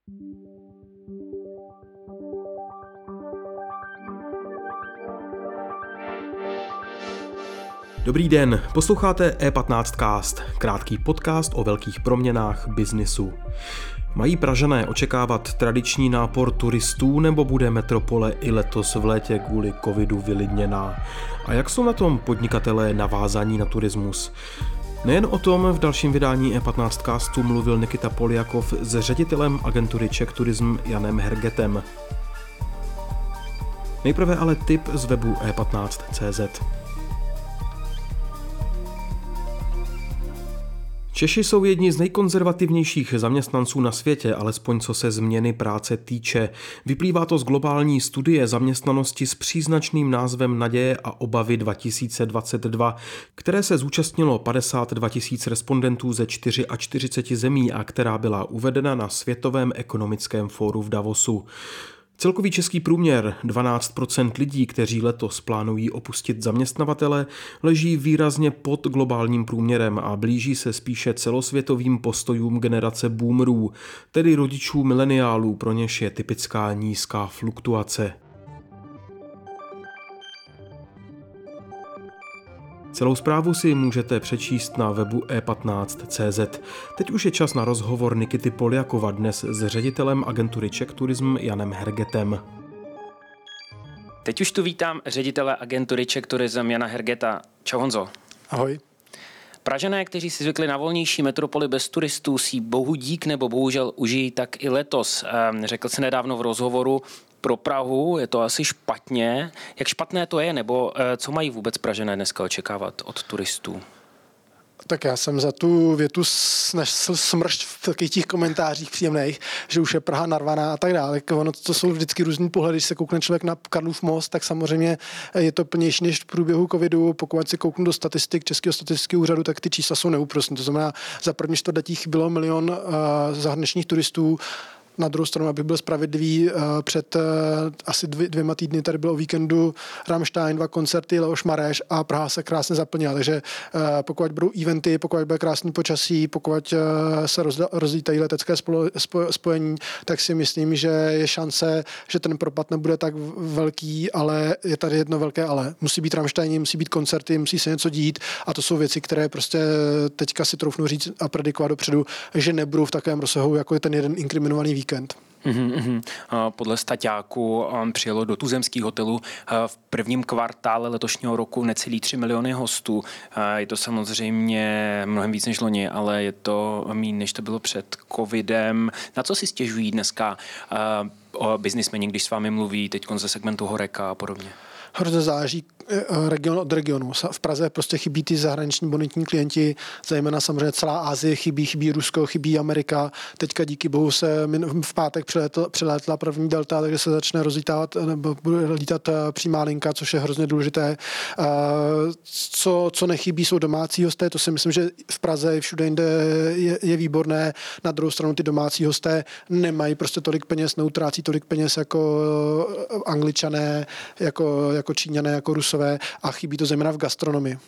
Dobrý den, posloucháte E15cast, krátký podcast o velkých proměnách biznisu. Mají Pražané očekávat tradiční nápor turistů, nebo bude metropole i letos v létě kvůli covidu vylidněná? A jak jsou na tom podnikatelé navázaní na turismus? Nejen o tom v dalším vydání E15castu mluvil Nikita Poljakov s ředitelem agentury Czech Tourism Janem Hergetem. Nejprve ale tip z webu E15.cz. Češi jsou jedni z nejkonzervativnějších zaměstnanců na světě, alespoň co se změny práce týče. Vyplývá to z globální studie zaměstnanosti s příznačným názvem Naděje a obavy 2022, které se zúčastnilo 52 000 respondentů ze 44 zemí a která byla uvedena na Světovém ekonomickém fóru v Davosu. Celkový český průměr 12% lidí, kteří letos plánují opustit zaměstnavatele, leží výrazně pod globálním průměrem a blíží se spíše celosvětovým postojům generace boomerů, tedy rodičů mileniálů, pro něž je typická nízká fluktuace. Celou zprávu si můžete přečíst na webu e15.cz. Teď už je čas na rozhovor Nikity Poljakova dnes s ředitelem agentury Czech Tourism Janem Hergetem. Teď už tu vítám ředitele agentury Czech Tourism Jana Hergeta. Čau Honzo. Ahoj. Pražané, kteří si zvykli na volnější metropoli bez turistů, si bohu dík nebo bohužel užijí tak i letos. Řekl si nedávno v rozhovoru, pro Prahu je to asi špatně. Jak špatné to je, nebo co mají vůbec Pražané dneska očekávat od turistů? Tak já jsem za tu větu snesl smršť v takových těch komentářích příjemných, že už je Praha narvaná a tak dále. Ono to jsou vždycky různý pohledy. Když se koukne člověk na Karlův most, tak samozřejmě je to plnější než v průběhu covidu. Pokud se kouknu do statistik Českého statistického úřadu, tak ty čísla jsou neúprosné. To znamená, za první čtvrtletí chybělo 1 000 000 zahraničních turistů. Na druhou stranu, abych byl spravedlivý, před asi 2 týdny tady bylo o víkendu Rammstein, 2 koncerty, Leoš Mareš a Praha se krásně zaplnila. Takže pokud budou eventy, pokud bude krásný počasí, pokud se rozlítají letecké spojení, tak si myslím, že je šance, že ten propad nebude tak velký, ale je tady jedno velké ale. Musí být Rammstein, musí být koncerty, musí se něco dít a to jsou věci, které prostě teďka si troufnu říct a predikovat dopředu, že nebudou v takovém rozsahu, jako je ten jeden inkriminovaný víkend. Podle staťáku přijelo do tuzemských hotelů v prvním kvartále letošního roku necelý 3 miliony hostů. Je to samozřejmě mnohem víc než loni, ale je to méně, než to bylo před covidem. Na co si stěžují dneska biznismeni, když s vámi mluví teď ze segmentu Horeca a podobně? Hrozně záleží region od regionu. V Praze prostě chybí ty zahraniční bonitní klienti, zejména samozřejmě celá Asie chybí Rusko, chybí Amerika. Teďka díky bohu se v pátek přilétla první delta, takže se začne rozlítávat nebo bude lítat přímá linka, což je hrozně důležité. Co nechybí, jsou domácí hosté, to si myslím, že v Praze i všude jinde je výborné. Na druhou stranu ty domácí hosté nemají prostě tolik peněz, neutrácí tolik peněz jako Angličané, jako Číňané, jako Rusové a chybí to zejména v gastronomii.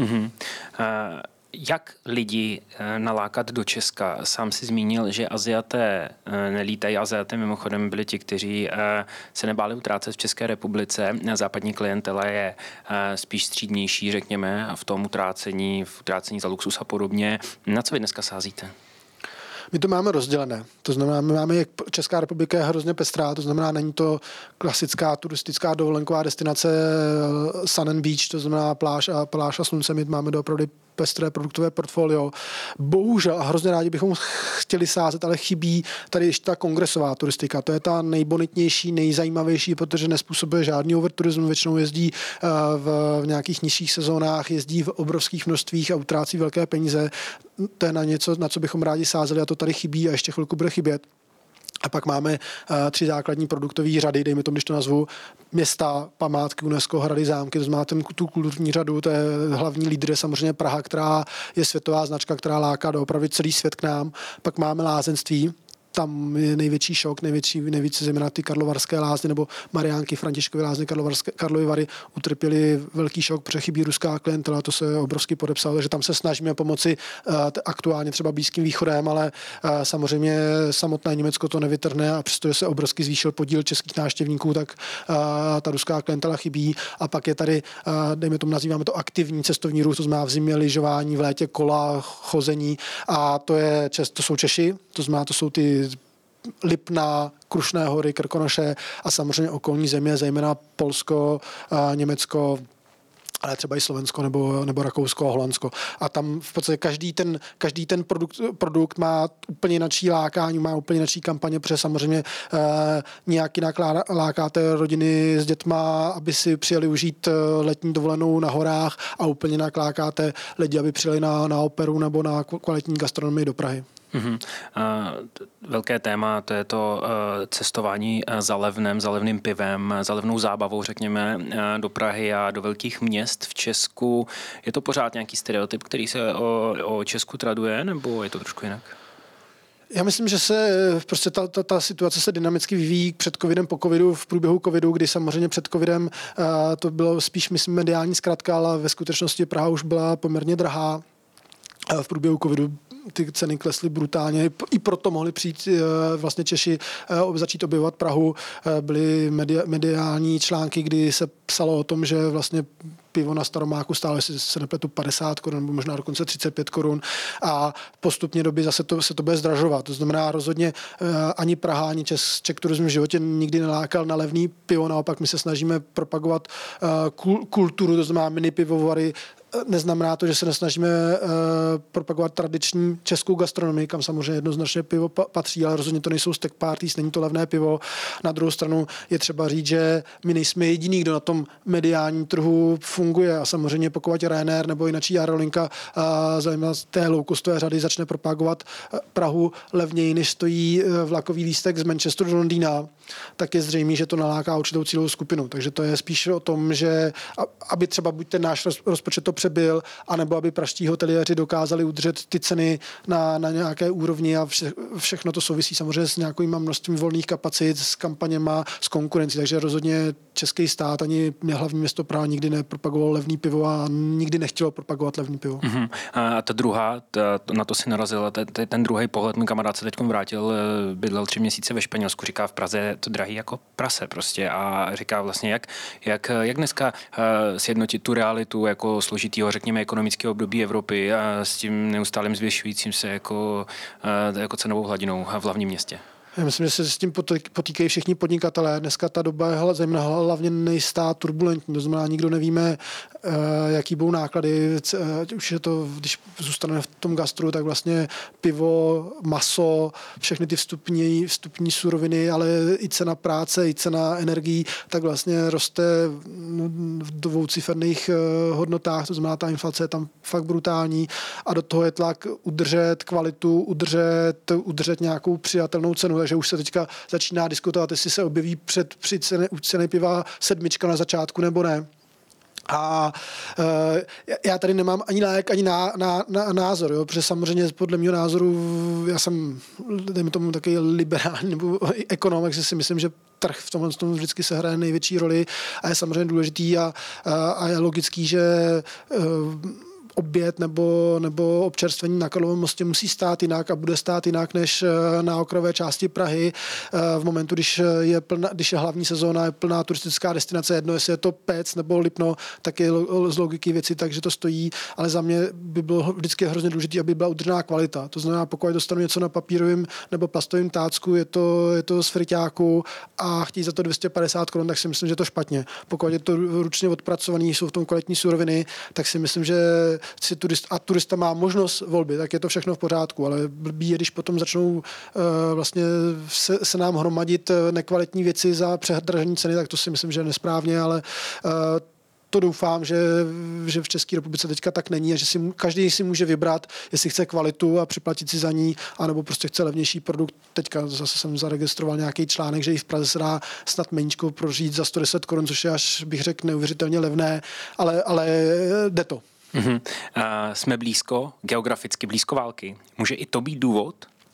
Jak lidi nalákat do Česka? Sám si zmínil, že Aziaté nelítají. Aziaté mimochodem byli ti, kteří se nebáli utrácet v České republice. Západní klientela je spíš střídnější, řekněme, v tom utrácení za luxus a podobně. Na co vy dneska sázíte? My to máme rozdělené. To znamená, my máme, jak Česká republika je hrozně pestrá, to znamená, není to klasická turistická dovolenková destinace sun and beach, to znamená pláž a slunce, my máme doopravdy pestré produktové portfolio. Bohužel, a hrozně rádi bychom chtěli sázet, ale chybí tady ještě ta kongresová turistika. To je ta nejbonitnější, nejzajímavější, protože nespůsobuje žádný overturismus, většinou jezdí v nějakých nižších sezónách, jezdí v obrovských množstvích a utrácí velké peníze. To je na něco, na co bychom rádi sázeli a to tady chybí a ještě chvilku bude chybět. A pak máme 3 základní produktové řady, dejme tomu, když to nazvu, města, památky, UNESCO, hrady, zámky, to znamená tu kulturní řadu, to je hlavní lídr je samozřejmě Praha, která je světová značka, která láká doopravdy celý svět k nám. Pak máme lázeňství, tam je největší šok, nejvíce zejména ty Karlovarské lázně nebo Mariánky, Františkovy lázně, Karlovy Vary utrpěli velký šok, protože chybí ruská klientela, to se obrovsky podepsalo, takže tam se snažíme pomoci aktuálně třeba Blízkým východem, ale samozřejmě samotné Německo to nevytrhne a přestože se obrovsky zvýšil podíl českých návštěvníků, tak ta ruská klientela chybí a pak je tady, dejme tomu, nazýváme to aktivní cestovní ruch, to znamená v zimě lyžování, v létě kola, chození a to jsou Češi, to znamená, to jsou ty Lipna, Krušné hory, Krkonoše a samozřejmě okolní země, zejména Polsko, Německo, ale třeba i Slovensko nebo Rakousko a Holandsko. A tam v podstatě každý ten produkt má úplně jináčí lákání, má úplně jináčí kampaně, protože samozřejmě nějak jinak lákáte rodiny s dětma, aby si přijeli užít letní dovolenou na horách a úplně jinak lákáte lidi, aby přijeli na operu nebo na kvalitní gastronomii do Prahy. Velké téma, to je to cestování za levným pivem, za levnou zábavou, řekněme, do Prahy a do velkých měst v Česku. Je to pořád nějaký stereotyp, který se o Česku traduje, nebo je to trošku jinak? Já myslím, že se prostě ta situace se dynamicky vyvíjí před covidem, po covidu, v průběhu covidu, kdy samozřejmě před covidem to bylo spíš, myslím, mediální zkratka, ale ve skutečnosti Praha už byla poměrně drahá. V průběhu covidu ty ceny klesly brutálně. I proto mohli přijít vlastně Češi začít objevovat Prahu. Byly mediální články, kdy se psalo o tom, že vlastně pivo na Staromáku stálo, jestli se nepletu, 50 korun, nebo možná dokonce 35 korun a postupně doby zase se to bude zdražovat. To znamená rozhodně ani Praha, ani Czech Tourism v životě nikdy nelákal na levný pivo, naopak my se snažíme propagovat kulturu, to znamená mini pivovary. Neznamená to, že se nesnažíme propagovat tradiční českou gastronomii, kam samozřejmě jednoznačně pivo patří, ale rozhodně to nejsou stack parties, není to levné pivo. Na druhou stranu je třeba říct, že my nejsme jediný, kdo na tom mediálním trhu funguje a samozřejmě pokud Ryanair nebo jináčí aerolinka zejména z té low-costové řady začne propagovat Prahu levněji, než stojí vlakový lístek z Manchesteru do Londýna, tak je zřejmé, že to naláká určitou cílovou skupinu. Takže to je spíš o tom, že aby třeba buď ten náš rozpočet to přebyl, anebo aby praští hoteliéři dokázali udržet ty ceny na nějaké úrovni a všechno to souvisí samozřejmě s nějakým množstvím volných kapacit, s kampaněma, s konkurencí. Takže rozhodně český stát ani hlavní město Praha nikdy nepropagoval levný pivo a nikdy nechtělo propagovat levný pivo. A ta druhá, na to si narazil, ten druhý pohled, můj kamarád se teď vrátil, bydlel 3 měsíce ve Španělsku, říká v Praze to drahý jako prase prostě a říká vlastně, jak dneska sjednotit tu realitu jako složitýho, řekněme, ekonomického období Evropy a s tím neustálým zvyšujícím se jako cenovou hladinou v hlavním městě. Já myslím, že se s tím potýkají všichni podnikatelé. Dneska ta doba je zejména hlavně nejistá, turbulentní. To znamená, nikdo nevíme, jaký budou náklady. Už je to, když zůstaneme v tom gastru, tak vlastně pivo, maso, všechny ty vstupní suroviny, ale i cena práce, i cena energií, tak vlastně roste v dvouciferných hodnotách. To znamená, ta inflace je tam fakt brutální a do toho je tlak udržet kvalitu, udržet nějakou přijatelnou cenu. Takže už se teďka začíná diskutovat, jestli se objeví při ceny piva 7 na začátku nebo ne. A já tady nemám ani lék, ani názor, jo, protože samozřejmě podle mého názoru, já jsem, dejme tomu, takový liberální nebo ekonom, takže si myslím, že trh v tomhle tomu vždycky se hraje největší roli a je samozřejmě důležitý a je logický, že oběd nebo občerstvení na Karlově mostě musí stát jinak a bude stát jinak než na okrajové části Prahy. V momentu, když je hlavní sezóna, je plná turistická destinace, jedno, jestli je to Pec nebo Lipno, tak je z logiky věci, takže to stojí, ale za mě by bylo vždycky hrozně důležité, aby byla udržená kvalita. To znamená, pokud dostanu něco na papírovém nebo plastovém tácku, je to z friťáku a chtějí za to 250 korun, tak si myslím, že je to špatně. Pokud je to ručně odpracovaný, jsou v tom kvalitní suroviny, tak si myslím, že turista má možnost volby, tak je to všechno v pořádku, ale blbý je, když potom začnou vlastně se nám hromadit nekvalitní věci za předražené ceny, tak to si myslím, že je nesprávně, ale to doufám, že v České republice teďka tak není a že každý si může vybrat, jestli chce kvalitu a připlatit si za ní, anebo prostě chce levnější produkt. Teďka zase jsem zaregistroval nějaký článek, že i v Praze se dá snad meníčko prožít za 110 korun, což je až, bych řekl, neuvěřitelně levné, ale jde to. Jsme blízko, geograficky blízko války. Může i to být důvod,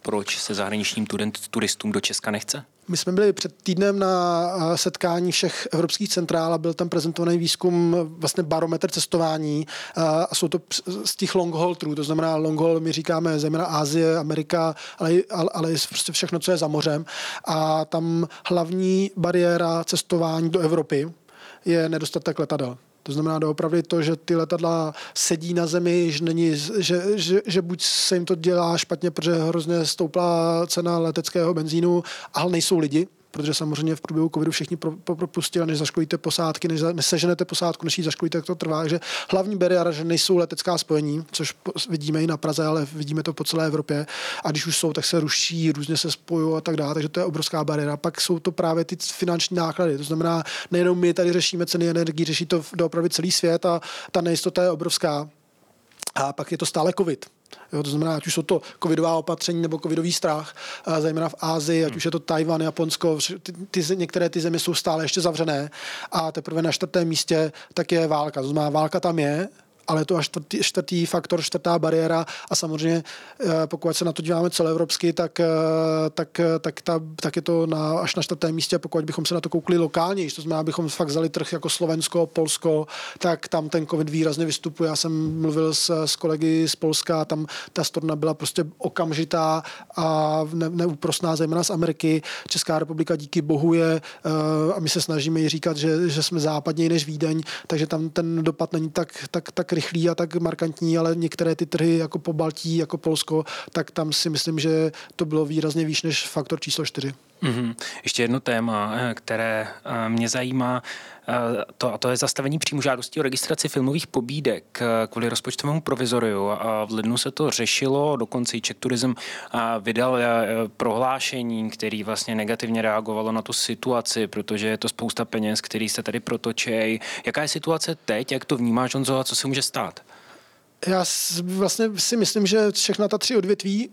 proč se zahraničním turistům do Česka nechce? My jsme byli před týdnem na setkání všech evropských centrál a byl tam prezentovaný výzkum, vlastně barometr cestování a jsou to z těch long haul trů, to znamená long haul, my říkáme zejména Asie, Amerika, ale prostě všechno, co je za mořem. A tam hlavní bariéra cestování do Evropy je nedostatek letadel. To znamená doopravdy to, že ty letadla sedí na zemi, že buď se jim to dělá špatně, protože hrozně stoupla cena leteckého benzínu, ale nejsou lidi, protože samozřejmě v průběhu covidu všichni propustili, než zaškolíte posádky, než seženete posádku, než ji zaškolíte, tak to trvá. Takže hlavní bariéra, že nejsou letecká spojení, což vidíme i na Praze, ale vidíme to po celé Evropě. A když už jsou, tak se ruší, různě se spojují a tak dále, takže to je obrovská bariéra. Pak jsou to právě ty finanční náklady. To znamená, nejenom my tady řešíme ceny energií, řeší to doopravdy celý svět a ta nejistota je obrovská. A pak je to stále covid. Jo, to znamená, ať už jsou to covidová opatření nebo covidový strach, zejména v Asii, ať už je to Tajvan, Japonsko, některé ty země jsou stále ještě zavřené a teprve na 4. místě tak je válka. To znamená, válka tam je, ale je to až čtvrtý faktor, čtvrtá bariéra a samozřejmě pokud se na to díváme celoevropsky, tak je to až na 4. místě, pokud bychom se na to koukli lokálně, to znamená, abychom fakt vzali trh jako Slovensko, Polsko, tak tam ten covid výrazně vystupuje. Já jsem mluvil s kolegy z Polska, tam ta storna byla prostě okamžitá a neúprosná, zejména z Ameriky. Česká republika díky bohu je, a my se snažíme i říkat, že jsme západněji než Vídeň, takže tam ten dopad není tak rychlý a tak markantní, ale některé ty trhy jako Pobaltí, jako Polsko, tak tam si myslím, že to bylo výrazně výš než faktor číslo 4. Mm-hmm. Ještě jedno téma, které mě zajímá, to je zastavení příjmu žádostí o registraci filmových pobídek kvůli rozpočtovému provizoriu. A v lednu se to řešilo, dokonce i Czech Tourism vydal prohlášení, který vlastně negativně reagovalo na tu situaci, protože je to spousta peněz, který se tady protočí. Jaká je situace teď, jak to vnímáš, Honzo, a co se může stát? Já vlastně si myslím, že všechna ta 3 odvětví,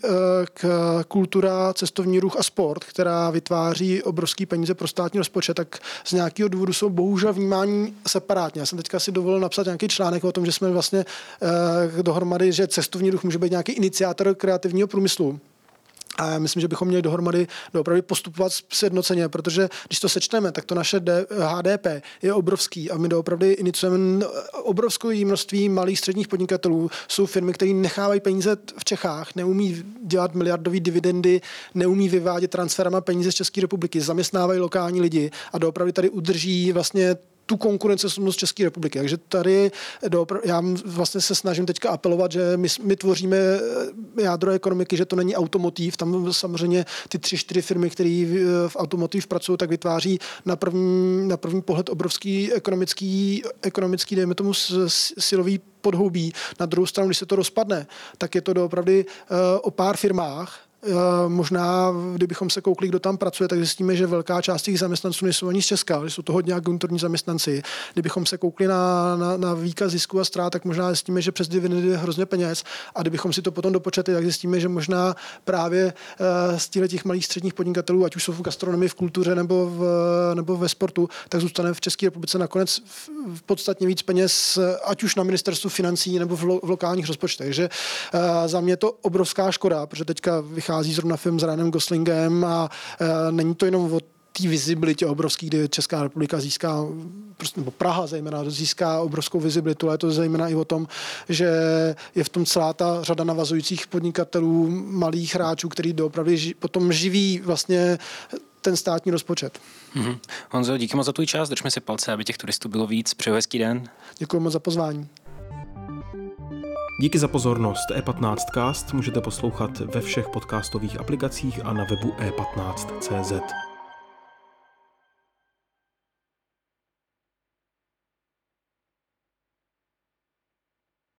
kultura, cestovní ruch a sport, která vytváří obrovský peníze pro státní rozpočet, tak z nějakého důvodu jsou bohužel vnímání separátně. Já jsem teďka si dovolil napsat nějaký článek o tom, že jsme vlastně dohromady, že cestovní ruch může být nějaký iniciátor kreativního průmyslu. A já myslím, že bychom měli dohromady doopravdy postupovat sjednoceně, protože když to sečteme, tak to naše HDP je obrovský a my doopravdy iniciujeme obrovské množství malých středních podnikatelů. Jsou firmy, které nechávají peníze v Čechách, neumí dělat miliardové dividendy, neumí vyvádět transferama peníze z České republiky, zaměstnávají lokální lidi a doopravdy tady udrží vlastně tu konkurenceschopnost České republiky. Takže tady já vlastně se snažím teďka apelovat, že my tvoříme jádro ekonomiky, že to není automotiv. Tam samozřejmě ty 3-4 firmy, které v automotiv pracují, tak vytváří na první pohled obrovský ekonomický dejme tomu silový podhoubí. Na druhou stranu, když se to rozpadne, tak je to doopravdy o pár firmách. Možná, kdybychom se koukli, kdo tam pracuje, tak zjistíme, že velká část těch zaměstnanců nejsou ani z Česka, ale jsou to hodně agenturní zaměstnanci. Kdybychom se koukli na výkaz zisku a ztrát, tak možná zjistíme, že přes dividendy je hrozně peněz. A kdybychom si to potom dopočetli, tak zjistíme, že možná právě z těch malých středních podnikatelů, ať už jsou v gastronomii, v kultuře nebo ve sportu, tak zůstane v České republice nakonec v podstatně víc peněz, ať už na ministerstvu financí nebo v lokálních rozpočtech. Takže za mě je to obrovská škoda, protože teďka vychází zrovna film s Ryanem Goslingem a není to jenom o té vizibilitě obrovský, kdy Česká republika získá, nebo Praha zejména získá obrovskou vizibilitu, ale je to zejména i o tom, že je v tom celá ta řada navazujících podnikatelů, malých hráčů, který doopravdy potom živí vlastně ten státní rozpočet. Mm-hmm. Honzo, díky moc za tvůj čas, držme si palce, aby těch turistů bylo víc. Přeju hezký den. Děkuji moc za pozvání. Díky za pozornost. E15cast můžete poslouchat ve všech podcastových aplikacích a na webu e15.cz.